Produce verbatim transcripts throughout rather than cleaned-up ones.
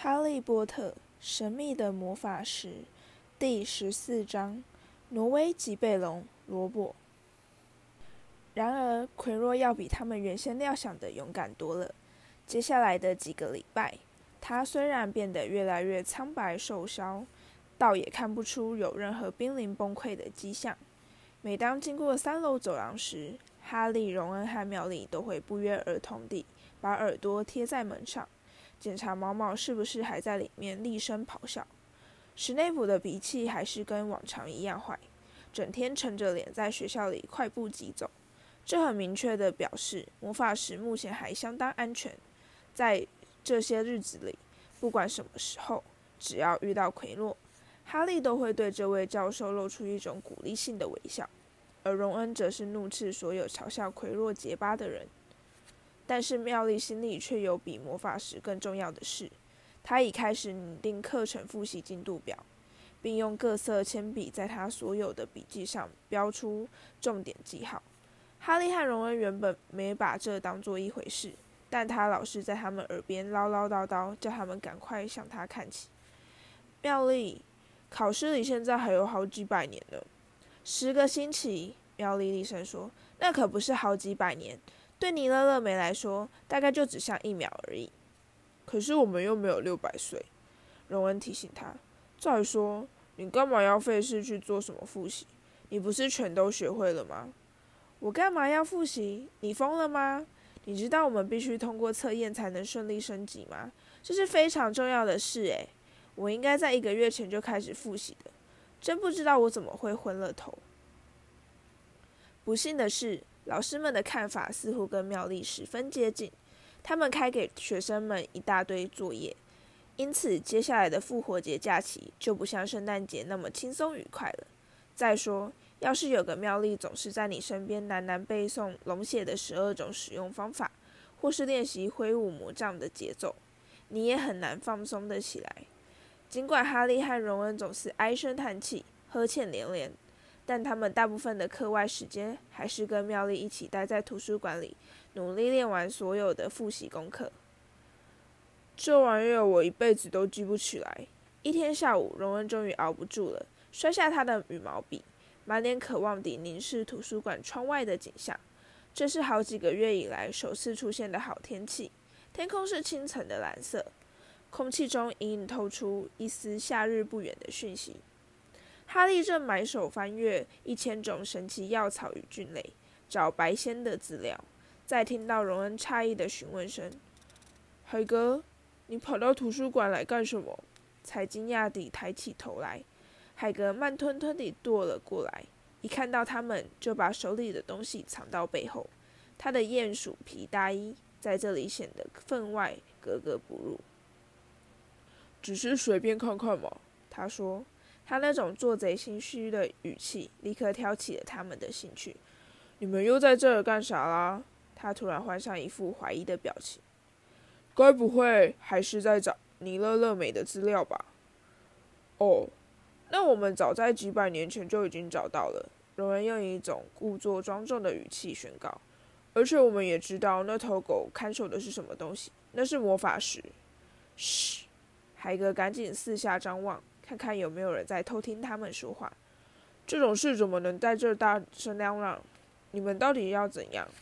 哈利波特神秘的魔法石第十四章挪威吉贝龙罗伯。然而奎若要比他们原先料想的勇敢多了。接下来的几个礼拜，他虽然变得越来越苍白瘦削，倒也看不出有任何濒临崩溃的迹象。每当经过三楼走廊时，哈利、荣恩和妙丽都会不约而同地把耳朵贴在门上，检查毛毛是不是还在里面厉声咆哮。史内普的脾气还是跟往常一样坏，整天沉着脸在学校里快步疾走。这很明确地表示魔法石目前还相当安全。在这些日子里，不管什么时候，只要遇到奎洛，哈利都会对这位教授露出一种鼓励性的微笑，而荣恩则是怒斥所有嘲笑奎洛结巴的人。但是妙丽心里却有比魔法石更重要的事，她已开始拟定课程复习进度表，并用各色铅笔在她所有的笔记上标出重点记号。哈利和荣恩原本没把这当作一回事，但他老是在他们耳边唠唠叨叨，叫他们赶快向他看齐。妙丽，考试离现在还有好几百年呢。十个星期，妙丽厉声说，那可不是好几百年，对尼勒勒梅来说，大概就只像一秒而已。可是我们又没有六百岁，荣恩提醒他。再说，你干嘛要费事去做什么复习？你不是全都学会了吗？我干嘛要复习？你疯了吗？你知道我们必须通过测验才能顺利升级吗？这是非常重要的事诶，我应该在一个月前就开始复习的，真不知道我怎么会昏了头。不幸的是，老师们的看法似乎跟妙丽十分接近，他们开给学生们一大堆作业，因此接下来的复活节假期就不像圣诞节那么轻松愉快了。再说，要是有个妙丽总是在你身边喃喃背诵龙血的十二种使用方法，或是练习挥舞魔杖的节奏，你也很难放松得起来。尽管哈利和荣恩总是唉声叹气、呵欠连连，但他们大部分的课外时间还是跟妙丽一起待在图书馆里，努力练完所有的复习功课。这玩意儿我一辈子都记不起来。一天下午，荣恩终于熬不住了，摔下他的羽毛笔，满脸渴望地凝视图书馆窗外的景象。这是好几个月以来首次出现的好天气，天空是清晨的蓝色，空气中隐隐透出一丝夏日不远的讯息。哈利正埋首翻阅一千种神奇药草与菌类，找白仙的资料，在听到荣恩诧异的询问声：“海格，你跑到图书馆来干什么？”才惊讶地抬起头来。海格慢吞吞地踱了过来，一看到他们就把手里的东西藏到背后。他的鼹鼠皮大衣在这里显得分外格格不入。只是随便看看嘛，他说。他那种做贼心虚的语气立刻挑起了他们的兴趣。你们又在这儿干啥啦？他突然换上一副怀疑的表情。该不会还是在找尼勒勒美的资料吧？哦，那我们早在几百年前就已经找到了。荣恩用一种故作庄重的语气宣告。而且我们也知道那头狗看守的是什么东西，那是魔法石。嘘，海格赶紧四下张望，看看有没有人在偷听他们说话。这种事怎么能在这儿大声嚷嚷？你们到底要怎样？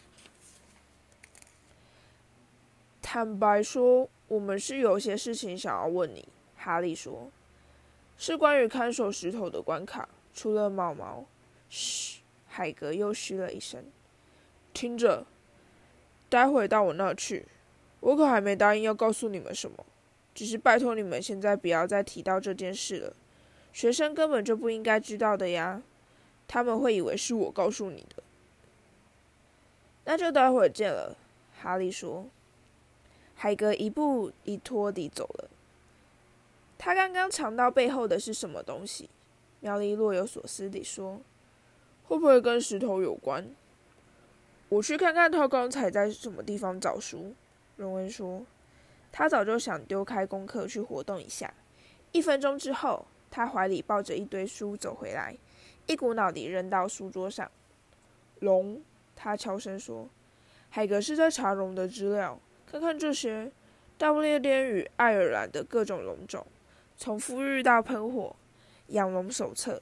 坦白说，我们是有些事情想要问你，哈利说。是关于看守石头的关卡，除了毛毛。嘘，海格又嘘了一声。听着，待会到我那去，我可还没答应要告诉你们什么，只是拜托你们现在不要再提到这件事了。学生根本就不应该知道的呀，他们会以为是我告诉你的。那就待会见了，哈利说。海格一步一拖地走了。他刚刚藏到背后的是什么东西？妙丽若有所思地说。会不会跟石头有关？我去看看他刚才在什么地方找书，荣恩说。他早就想丢开功课去活动一下。一分钟之后，他怀里抱着一堆书走回来，一股脑地扔到书桌上。龙，他悄声说。海格是在查龙的资料，看看这些， 大不列颠与爱尔兰的各种龙种，从孵育到喷火，养龙手册。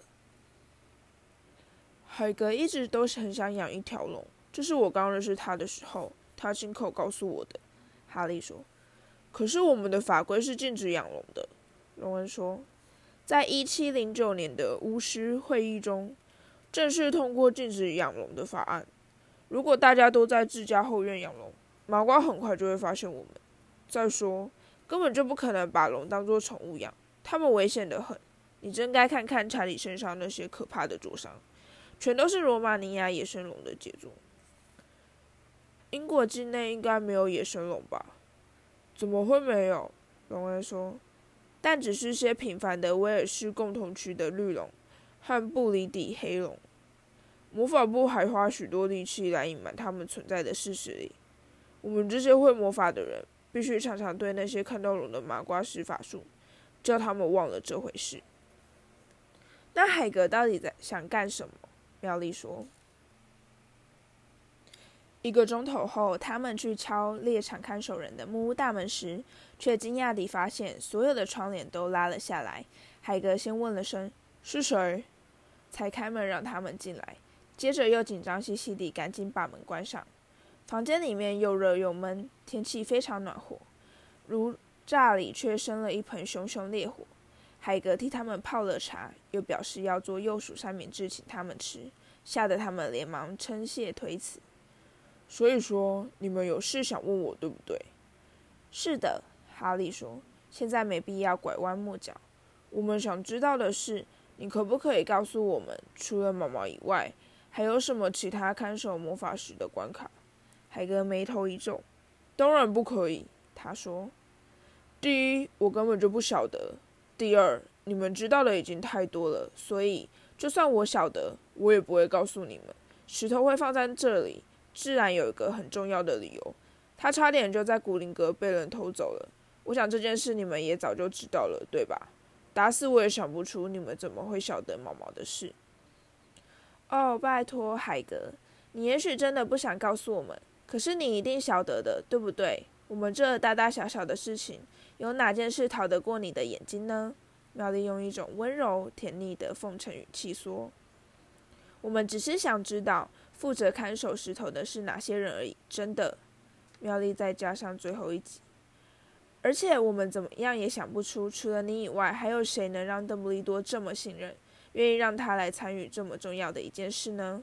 海格一直都是很想养一条龙，这是我刚认识他的时候，他亲口告诉我的。哈利说。可是我们的法规是禁止养龙的，荣恩说。在一七零九年的巫师会议中，正式通过禁止养龙的法案。如果大家都在自家后院养龙，麻瓜很快就会发现我们。再说，根本就不可能把龙当作宠物养，它们危险得很。你真该看看查理身上那些可怕的灼伤，全都是罗马尼亚野生龙的杰作。英国境内应该没有野生龙吧？怎么会没有？荣恩说。但只是些平凡的威尔士共同区的绿龙和布里底黑龙。魔法部还花许多力气来隐瞒它们存在的事实里。我们这些会魔法的人，必须常常对那些看到龙的麻瓜施法术，叫他们忘了这回事。那海格到底在想干什么？妙丽说。一个钟头后，他们去敲猎场看守人的木屋大门时，却惊讶地发现所有的窗帘都拉了下来。海格先问了声“是谁”，才开门让他们进来，接着又紧张兮兮地赶紧把门关上。房间里面又热又闷，天气非常暖和，炉灶里却生了一盆熊熊烈火。海格替他们泡了茶，又表示要做幼鼠三明治请他们吃，吓得他们连忙称谢推辞。所以说，你们有事想问我，对不对？是的，哈利说。现在没必要拐弯抹角。我们想知道的是，你可不可以告诉我们，除了毛毛以外，还有什么其他看守魔法石的关卡？海格眉头一皱。当然不可以，他说。第一，我根本就不晓得。第二，你们知道的已经太多了，所以就算我晓得，我也不会告诉你们。石头会放在这里。自然有一个很重要的理由，他差点就在古灵阁被人偷走了。我想这件事你们也早就知道了，对吧？打死我也想不出你们怎么会晓得毛毛的事。哦，拜托，海格，你也许真的不想告诉我们，可是你一定晓得的，对不对？我们这大大小小的事情，有哪件事逃得过你的眼睛呢？妙丽用一种温柔甜腻的奉承语气说。我们只是想知道负责看守石头的是哪些人而已，真的。妙丽再加上最后一集。而且我们怎么样也想不出，除了你以外，还有谁能让邓布利多这么信任，愿意让他来参与这么重要的一件事呢？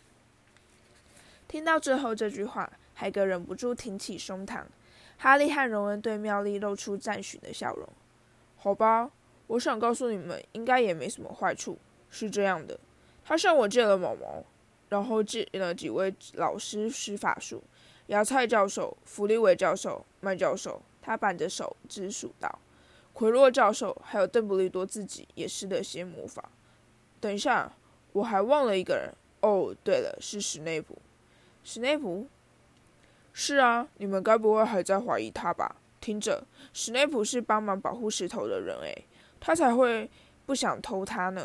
听到最后这句话，海格忍不住挺起胸膛。哈利和荣恩对妙丽露出赞许的笑容。好吧，我想告诉你们，应该也没什么坏处。是这样的，他向我借了毛毛，然后借了几位老师施法术，芽菜教授、弗利维教授、麦教授，他板着手指数道，奎洛教授还有邓布利多自己也施了些魔法。等一下，我还忘了一个人。哦，对了，是史内普。史内普？是啊，你们该不会还在怀疑他吧？听着，史内普是帮忙保护石头的人诶，他才会不想偷他呢。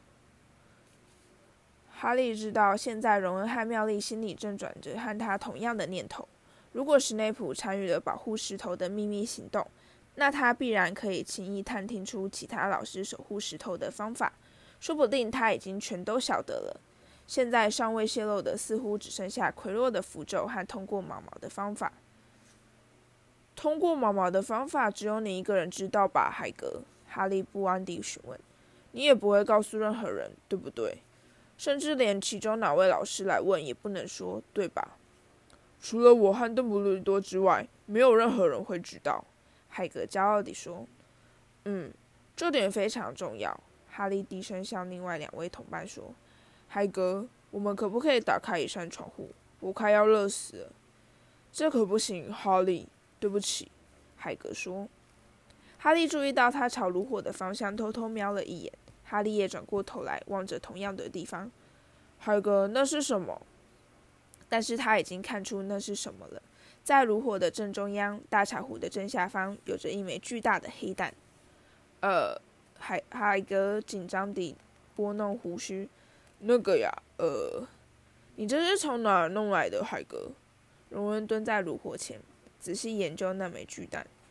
哈利知道，现在荣恩和妙丽心里正转着和他同样的念头。如果史内普参与了保护石头的秘密行动，那他必然可以轻易探听出其他老师守护石头的方法，说不定他已经全都晓得了。现在尚未泄露的，似乎只剩下奎洛的符咒和通过毛毛的方法。通过毛毛的方法，只有你一个人知道吧，海格？哈利不安地询问。你也不会告诉任何人，对不对？甚至连其中哪位老师来问也不能说，对吧？除了我和邓布利多之外，没有任何人会知道。海格骄傲地说。嗯，这点非常重要。哈利低声向另外两位同伴说。海格，我们可不可以打开一扇窗户？我快要热死了。这可不行，哈利。对不起，海格说。哈利注意到他朝炉火的方向偷偷瞄了一眼，哈利也转过头来望着同样的地方。海格，那是什么？但是他已经看出那是什么了。在炉火的正中央，大茶壶的正下方，有着一枚巨大的黑蛋。呃，海海格紧张地拨弄胡须。那个呀，呃，你这是从哪儿弄来的，海格？荣恩蹲在炉火前，仔细研究那枚巨蛋。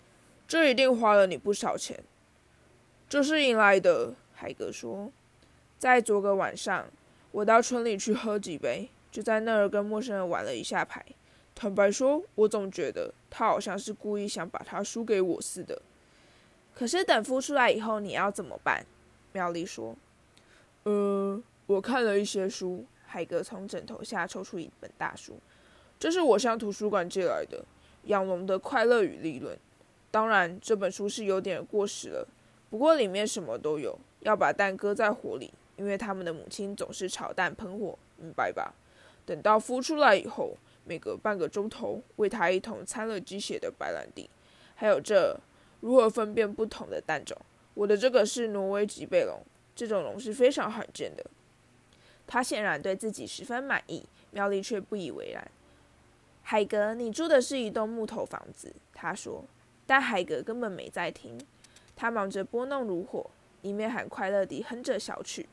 这一定花了你不少钱。这是赢来的，海格说。在昨个晚上，我到村里去喝几杯，就在那儿跟陌生人玩了一下牌。坦白说，我总觉得他好像是故意想把他输给我似的。可是等孵出来以后，你要怎么办？妙丽说。呃，我看了一些书。海格从枕头下抽出一本大书，这是我向图书馆借来的《养龙的快乐与利润》。当然，这本书是有点过时了，不过里面什么都有。要把蛋搁在火里，因为他们的母亲总是炒蛋喷火，明白吧？等到孵出来以后，每隔半个钟头喂它一桶掺了鸡血的白兰地。还有这如何分辨不同的蛋种？我的这个是挪威吉贝龙，这种龙是非常罕见的。他显然对自己十分满意，妙丽却不以为然。海格，你住的是一栋木头房子，他说。但海格根本没在听，他忙着拨弄炉火，一面还快乐地哼着小曲。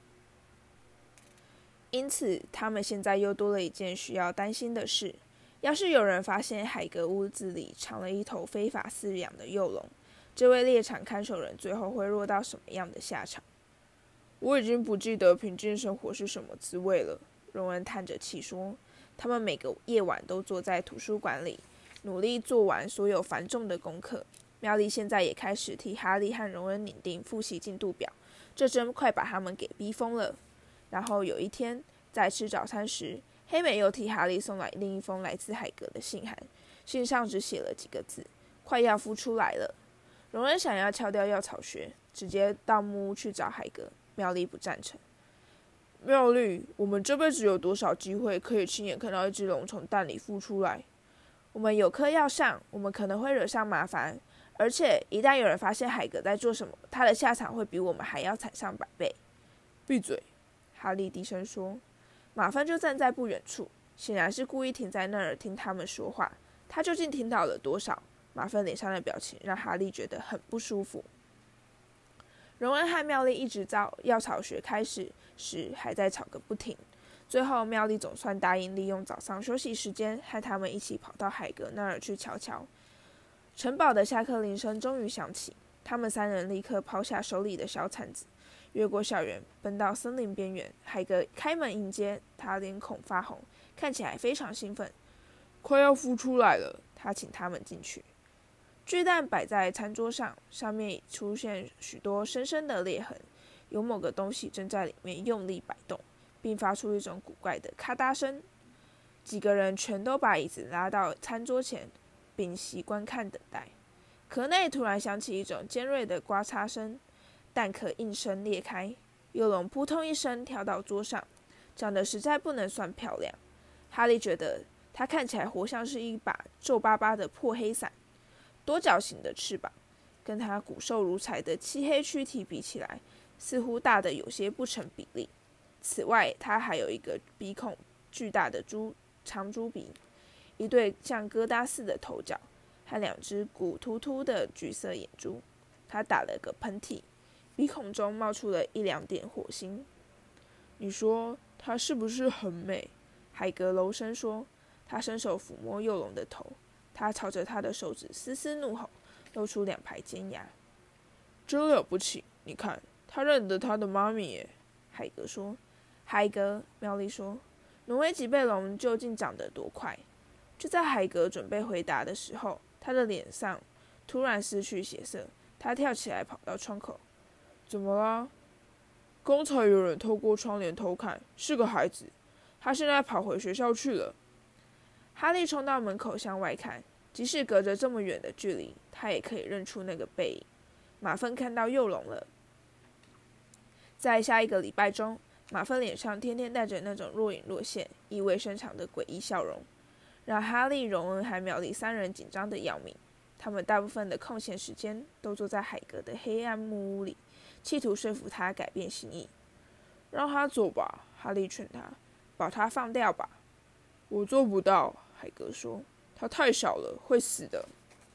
因此，他们现在又多了一件需要担心的事：要是有人发现海格屋子里藏了一头非法饲养的幼龙，这位猎场看守人最后会落到什么样的下场？我已经不记得平静生活是什么滋味了，荣恩叹着气说。他们每个夜晚都坐在图书馆里，努力做完所有繁重的功课。妙丽现在也开始替哈利和荣恩拟定复习进度表，这真快把他们给逼疯了。然后有一天，在吃早餐时，黑美又替哈利送来另一封来自海格的信函，信上只写了几个字：快要孵出来了。荣恩想要敲掉药草穴，直接到木屋去找海格。妙丽不赞成。妙丽，我们这辈子有多少机会可以亲眼看到一只龙从蛋里孵出来？我们有课要上，我们可能会惹上麻烦，而且一旦有人发现海格在做什么，他的下场会比我们还要惨上百倍。闭嘴，哈利低声说。马芬就站在不远处，显然是故意停在那儿听他们说话。他究竟听到了多少？马芬脸上的表情让哈利觉得很不舒服。荣恩和妙丽一直到药草学开始时还在吵个不停，最后妙丽总算答应利用早上休息时间和他们一起跑到海格那儿去瞧瞧。城堡的下课铃声终于响起，他们三人立刻抛下手里的小铲子，越过校园，奔到森林边缘。海格开门迎接，他脸孔发红，看起来非常兴奋。快要孵出来了，他请他们进去。巨蛋摆在餐桌上，上面已出现许多深深的裂痕，有某个东西正在里面用力摆动，并发出一种古怪的咔嗒声。几个人全都把椅子拉到餐桌前，屏息观看等待。壳内突然响起一种尖锐的刮擦声，蛋壳应声裂开，幼龙扑通一声跳到桌上，长得实在不能算漂亮。哈利觉得它看起来活像是一把皱巴巴的破黑伞。多角形的翅膀，跟它骨瘦如柴的漆黑躯体比起来，似乎大得有些不成比例。此外，它还有一个鼻孔巨大的猪长猪鼻，一对像疙瘩似的头角，和两只骨突突的橘色眼珠。它打了个喷嚏，鼻孔中冒出了一两点火星。你说它是不是很美？海格柔声说。他伸手抚摸幼龙的头。他朝着他的手指嘶嘶怒吼，露出两排尖牙。真了不起！你看，他认得他的妈咪耶。海格说。海格，妙丽说，挪威吉贝龙究竟长得多快？就在海格准备回答的时候，他的脸上突然失去血色。他跳起来跑到窗口。怎么啦？刚才有人透过窗帘偷看，是个孩子。他现在跑回学校去了。哈利冲到门口向外看，即使隔着这么远的距离，他也可以认出那个背影。马芬看到幼龙了。在下一个礼拜中，马芬脸上天天带着那种若隐若现、意味深长的诡异笑容，让哈利、荣恩和妙丽三人紧张得要命。他们大部分的空闲时间都坐在海格的黑暗木屋里，企图说服他改变心意。让他走吧，哈利劝他，把他放掉吧。我做不到，海格说，他太小了，会死的。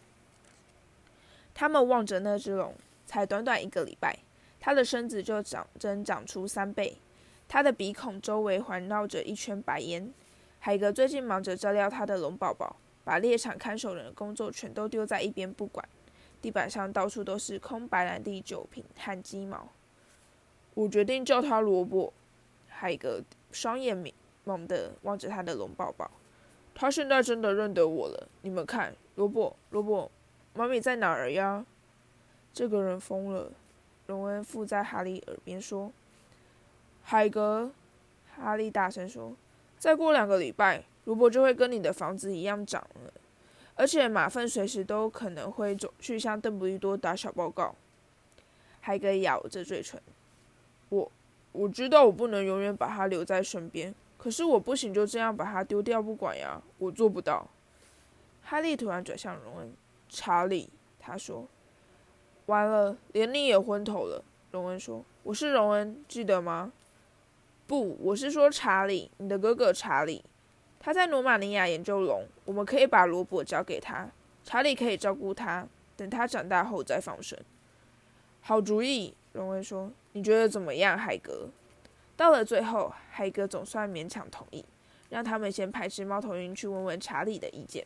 他们望着那只龙，才短短一个礼拜，它的身子就长增长出三倍。它的鼻孔周围环绕着一圈白烟。海格最近忙着照料他的龙宝宝，把猎场看守人的工作全都丢在一边不管。 地板上到处都是空白兰地酒瓶和鸡毛。我决定叫他萝卜。海格双眼猛地望着他的龙宝宝，他现在真的认得我了。你们看，萝卜，萝卜，妈咪在哪儿呀？这个人疯了。荣恩附在哈利耳边说。海格，哈利大声说，再过两个礼拜，萝卜就会跟你的房子一样长了，而且马粪随时都可能会走去向邓布利多打小报告。海格咬着嘴唇，我我知道我不能永远把他留在身边，可是我不行就这样把他丢掉不管呀，我做不到。哈利突然转向荣恩，查理，他说，完了，连你也昏头了。荣恩说，我是荣恩，记得吗？不，我是说查理，你的哥哥查理，他在罗马尼亚研究龙，我们可以把罗伯交给他，查理可以照顾他，等他长大后再放生。好主意，荣恩说，你觉得怎么样，海格？到了最后，海格总算勉强同意，让他们先派只猫头鹰去问问查理的意见。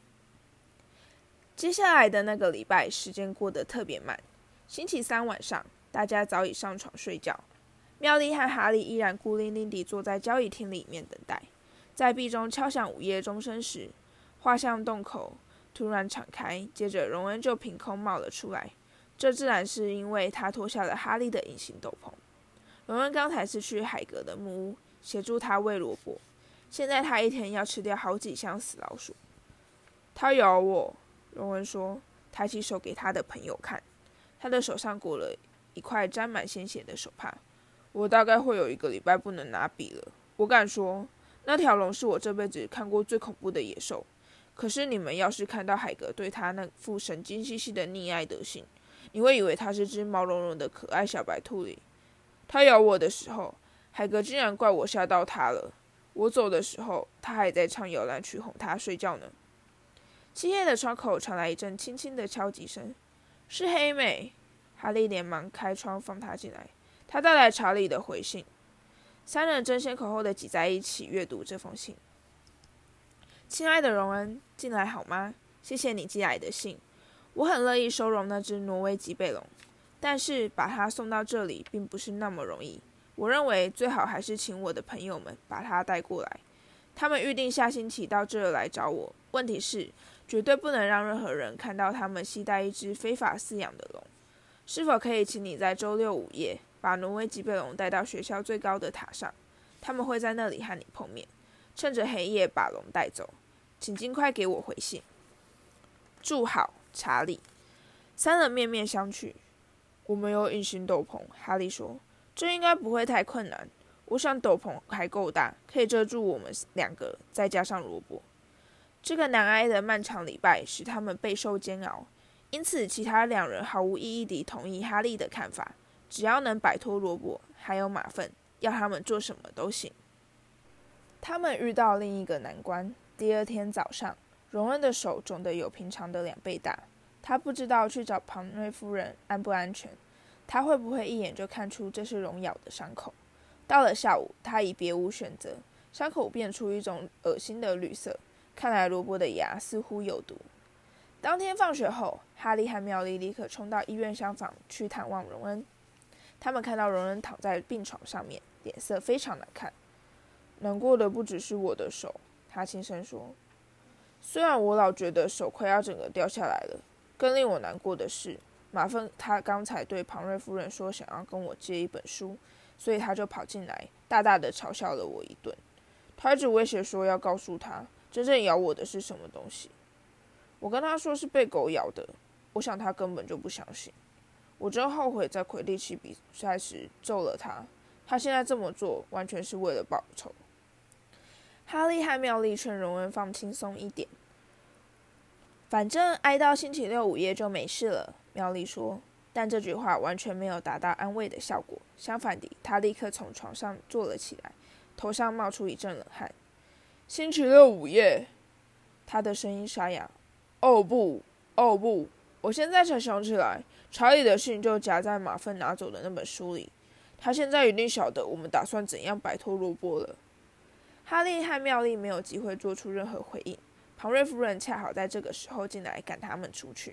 接下来的那个礼拜，时间过得特别慢。星期三晚上，大家早已上床睡觉。妙丽和哈利依然孤零零地坐在交易厅里面等待。在壁中敲响午夜钟声时，画像洞口突然敞开，接着荣恩就凭空冒了出来。这自然是因为他脱下了哈利的隐形斗篷。荣恩刚才是去海格的木屋，协助他喂萝卜，现在他一天要吃掉好几箱死老鼠。他咬我，荣恩说，抬起手给他的朋友看，他的手上裹了一块沾满鲜血的手帕。我大概会有一个礼拜不能拿笔了。我敢说，那条龙是我这辈子看过最恐怖的野兽。可是你们要是看到海格对他那副神经兮兮的溺爱德性，你会以为他是只毛茸茸的可爱小白兔里。他咬我的时候，海格竟然怪我吓到他了。我走的时候，他还在唱摇篮曲哄他睡觉呢。漆黑的窗口传来一阵轻轻的敲击声。是黑美。哈利连忙开窗放他进来。他带来查理的回信。三人争先恐后的挤在一起阅读这封信。亲爱的荣恩，进来好吗？谢谢你寄来的信。我很乐意收容那只挪威吉贝龙，但是把它送到这里并不是那么容易。我认为最好还是请我的朋友们把它带过来。他们预定下星期到这儿来找我。问题是，绝对不能让任何人看到他们携带一只非法饲养的龙。是否可以请你在周六午夜把挪威吉贝龙带到学校最高的塔上？他们会在那里和你碰面，趁着黑夜把龙带走。请尽快给我回信。祝好，查理。三人面面相觑。我们有隐形斗篷，哈利说，这应该不会太困难。我想斗篷还够大，可以遮住我们两个，再加上萝卜。这个难挨的漫长礼拜使他们备受煎熬，因此其他两人毫无异议地同意哈利的看法，只要能摆脱萝卜还有马粪，要他们做什么都行。他们遇到另一个难关。第二天早上，荣恩的手肿得有平常的两倍大，他不知道去找庞瑞夫人安不安全，他会不会一眼就看出这是龙咬的伤口。到了下午，他已别无选择，伤口变出一种恶心的绿色，看来萝卜的牙似乎有毒。当天放学后，哈利和妙丽立刻冲到医院厢房去探望荣恩。他们看到荣恩躺在病床上面，脸色非常难看。难过的不只是我的手，他轻声说，虽然我老觉得手快要整个掉下来了，更令我难过的是，马粪他刚才对庞瑞夫人说想要跟我借一本书，所以他就跑进来，大大的嘲笑了我一顿。他一直威胁说要告诉他，真正咬我的是什么东西。我跟他说是被狗咬的，我想他根本就不相信。我真后悔在魁地奇比赛时揍了他，他现在这么做完全是为了报仇。哈利和妙丽劝荣恩放轻松一点，反正挨到星期六午夜就没事了，妙丽说。但这句话完全没有达到安慰的效果，相反地，他立刻从床上坐了起来，头上冒出一阵冷汗。星期六午夜，他的声音沙哑。哦不，哦不，我现在才想起来，查理的信就夹在马粪拿走的那本书里。他现在一定晓得我们打算怎样摆脱萝卜了。哈利和妙丽没有机会做出任何回应。庞瑞夫人恰好在这个时候进来赶他们出去。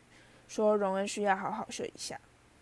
说荣恩需要好好睡一下。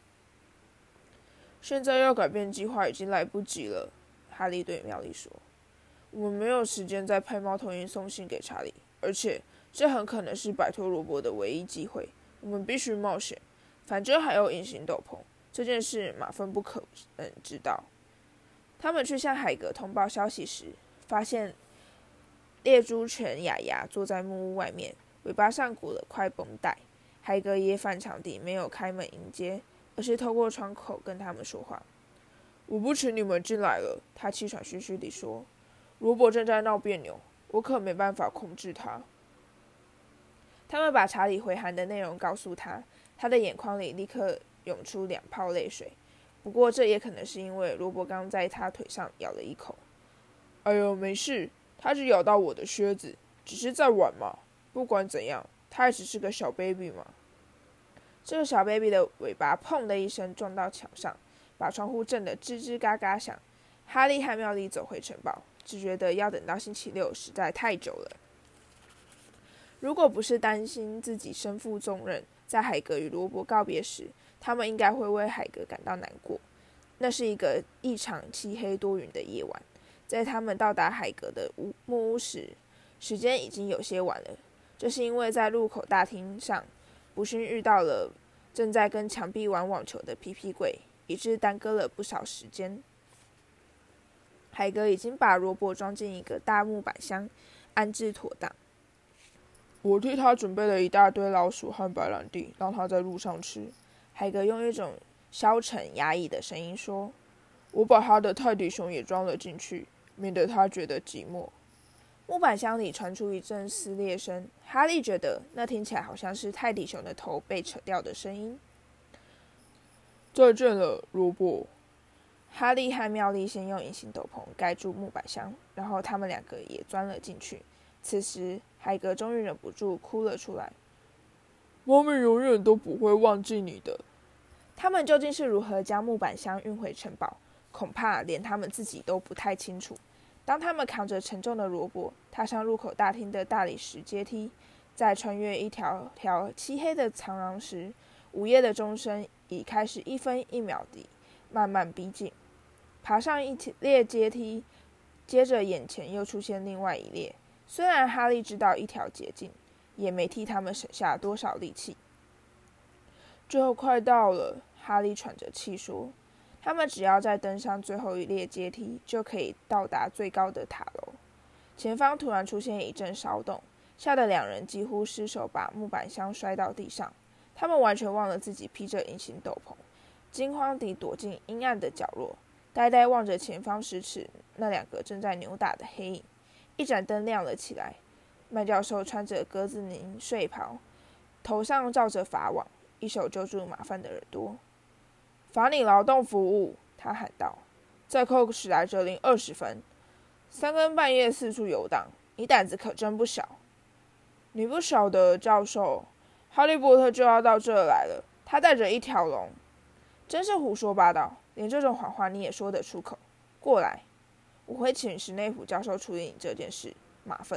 现在要改变计划已经来不及了，哈利对妙丽说。我们没有时间再派猫头鹰送信给查理，而且这很可能是摆脱罗伯的唯一机会。我们必须冒险，反正还有隐形斗篷，这件事马芬不可能知道。他们去向海格通报消息时，发现猎猪犬雅雅坐在木屋外面，尾巴上裹了块绷带。海格也反常地没有开门迎接，而是透过窗口跟他们说话。我不请你们进来了，他气喘吁吁地说。罗伯正在闹别扭，我可没办法控制他。他们把查理回函的内容告诉他，他的眼眶里立刻涌出两泡泪水。不过这也可能是因为罗伯刚在他腿上咬了一口。哎呦，没事，他只咬到我的靴子，只是在玩嘛。不管怎样，他还只是个小 baby 嘛。这个小 baby 的尾巴砰的一声撞到墙上，把窗户震得吱吱嘎嘎响。哈利和妙丽走回城堡，只觉得要等到星期六实在太久了。如果不是担心自己身负重任，在海格与罗伯告别时，他们应该会为海格感到难过。那是一个异常漆黑多云的夜晚，在他们到达海格的木屋时，时间已经有些晚了。这是因为在入口大厅上，不幸遇到了正在跟墙壁玩网球的皮皮鬼，以致耽搁了不少时间。海格已经把罗伯装进一个大木板箱，安置妥当。我替他准备了一大堆老鼠和白兰地，让他在路上吃。海格用一种消沉压抑的声音说：“我把他的泰迪熊也装了进去，免得他觉得寂寞。”木板箱里传出一阵撕裂声，哈利觉得那听起来好像是泰迪熊的头被扯掉的声音。再见了，罗伯。哈利和妙丽先用隐形斗篷盖住木板箱，然后他们两个也钻了进去。此时，海格终于忍不住哭了出来。妈咪永远都不会忘记你的。他们究竟是如何将木板箱运回城堡，恐怕连他们自己都不太清楚。当他们扛着沉重的罗伯踏上入口大厅的大理石阶梯，在穿越一条条漆黑的长廊时，午夜的钟声已开始一分一秒地慢慢逼近。爬上一列阶梯，接着眼前又出现另外一列。虽然哈利知道一条捷径，也没替他们省下多少力气。最后快到了，哈利喘着气说。他们只要再登上最后一列阶梯，就可以到达最高的塔楼。前方突然出现一阵骚动，吓得两人几乎失手把木板箱摔到地上。他们完全忘了自己披着隐形斗篷，惊慌地躲进阴暗的角落，呆呆望着前方十尺那两个正在扭打的黑影。一盏灯亮了起来，麦教授穿着格子呢睡袍，头上罩着法网，一手揪住马粪的耳朵。罚你劳动服务，他喊道，再扣史莱哲林二十分。三更半夜四处游荡，你胆子可真不小。你不晓得，教授，哈利波特就要到这儿来了，他带着一条龙。真是胡说八道，连这种谎话你也说得出口。过来，我会请史内普教授处理你这件事，马粪。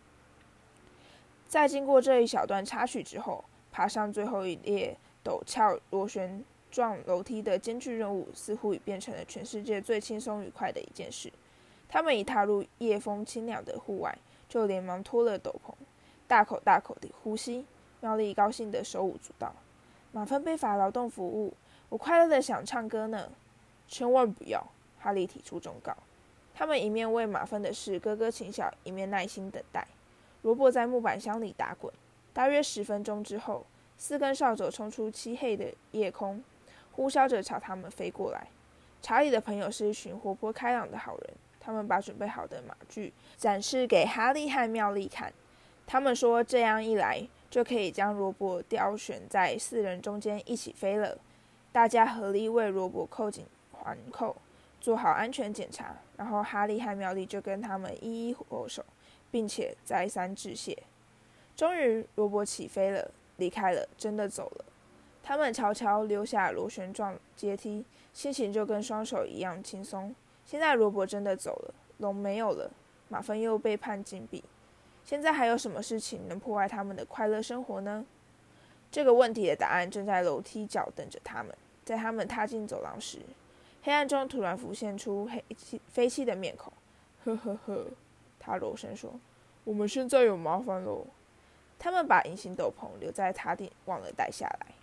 在经过这一小段插曲之后，爬上最后一列陡峭螺旋状楼梯的艰巨任务似乎已变成了全世界最轻松愉快的一件事。他们一踏入夜风清凉的户外，就连忙脱了斗篷，大口大口地呼吸。妙丽高兴地手舞足蹈。马粪被罚劳动服务，我快乐地想唱歌呢。千万不要，哈利提出忠告。他们一面为马粪的事咯咯请小，一面耐心等待。罗伯在木板箱里打滚，大约十分钟之后，四根扫帚冲出漆黑的夜空，呼啸着朝他们飞过来。查理的朋友是一群活泼开朗的好人，他们把准备好的马具展示给哈利和妙丽看。他们说，这样一来就可以将罗伯挑选在四人中间一起飞了。大家合力为罗伯扣紧环扣，做好安全检查，然后哈利和妙丽就跟他们一一握手，并且再三致谢。终于，罗伯起飞了，离开了，真的走了。他们悄悄溜下螺旋状阶梯，心情就跟双手一样轻松。现在罗伯真的走了，龙没有了，马粪又被判禁闭。现在还有什么事情能破坏他们的快乐生活呢？ 这个问题的答案正在楼梯角等着他们。在他们踏进走廊时，黑暗中突然浮现出黑气飞气的面孔。呵呵呵，他柔声说：“我们现在有麻烦喽。”他们把隐形斗篷留在塔顶，忘了带下来。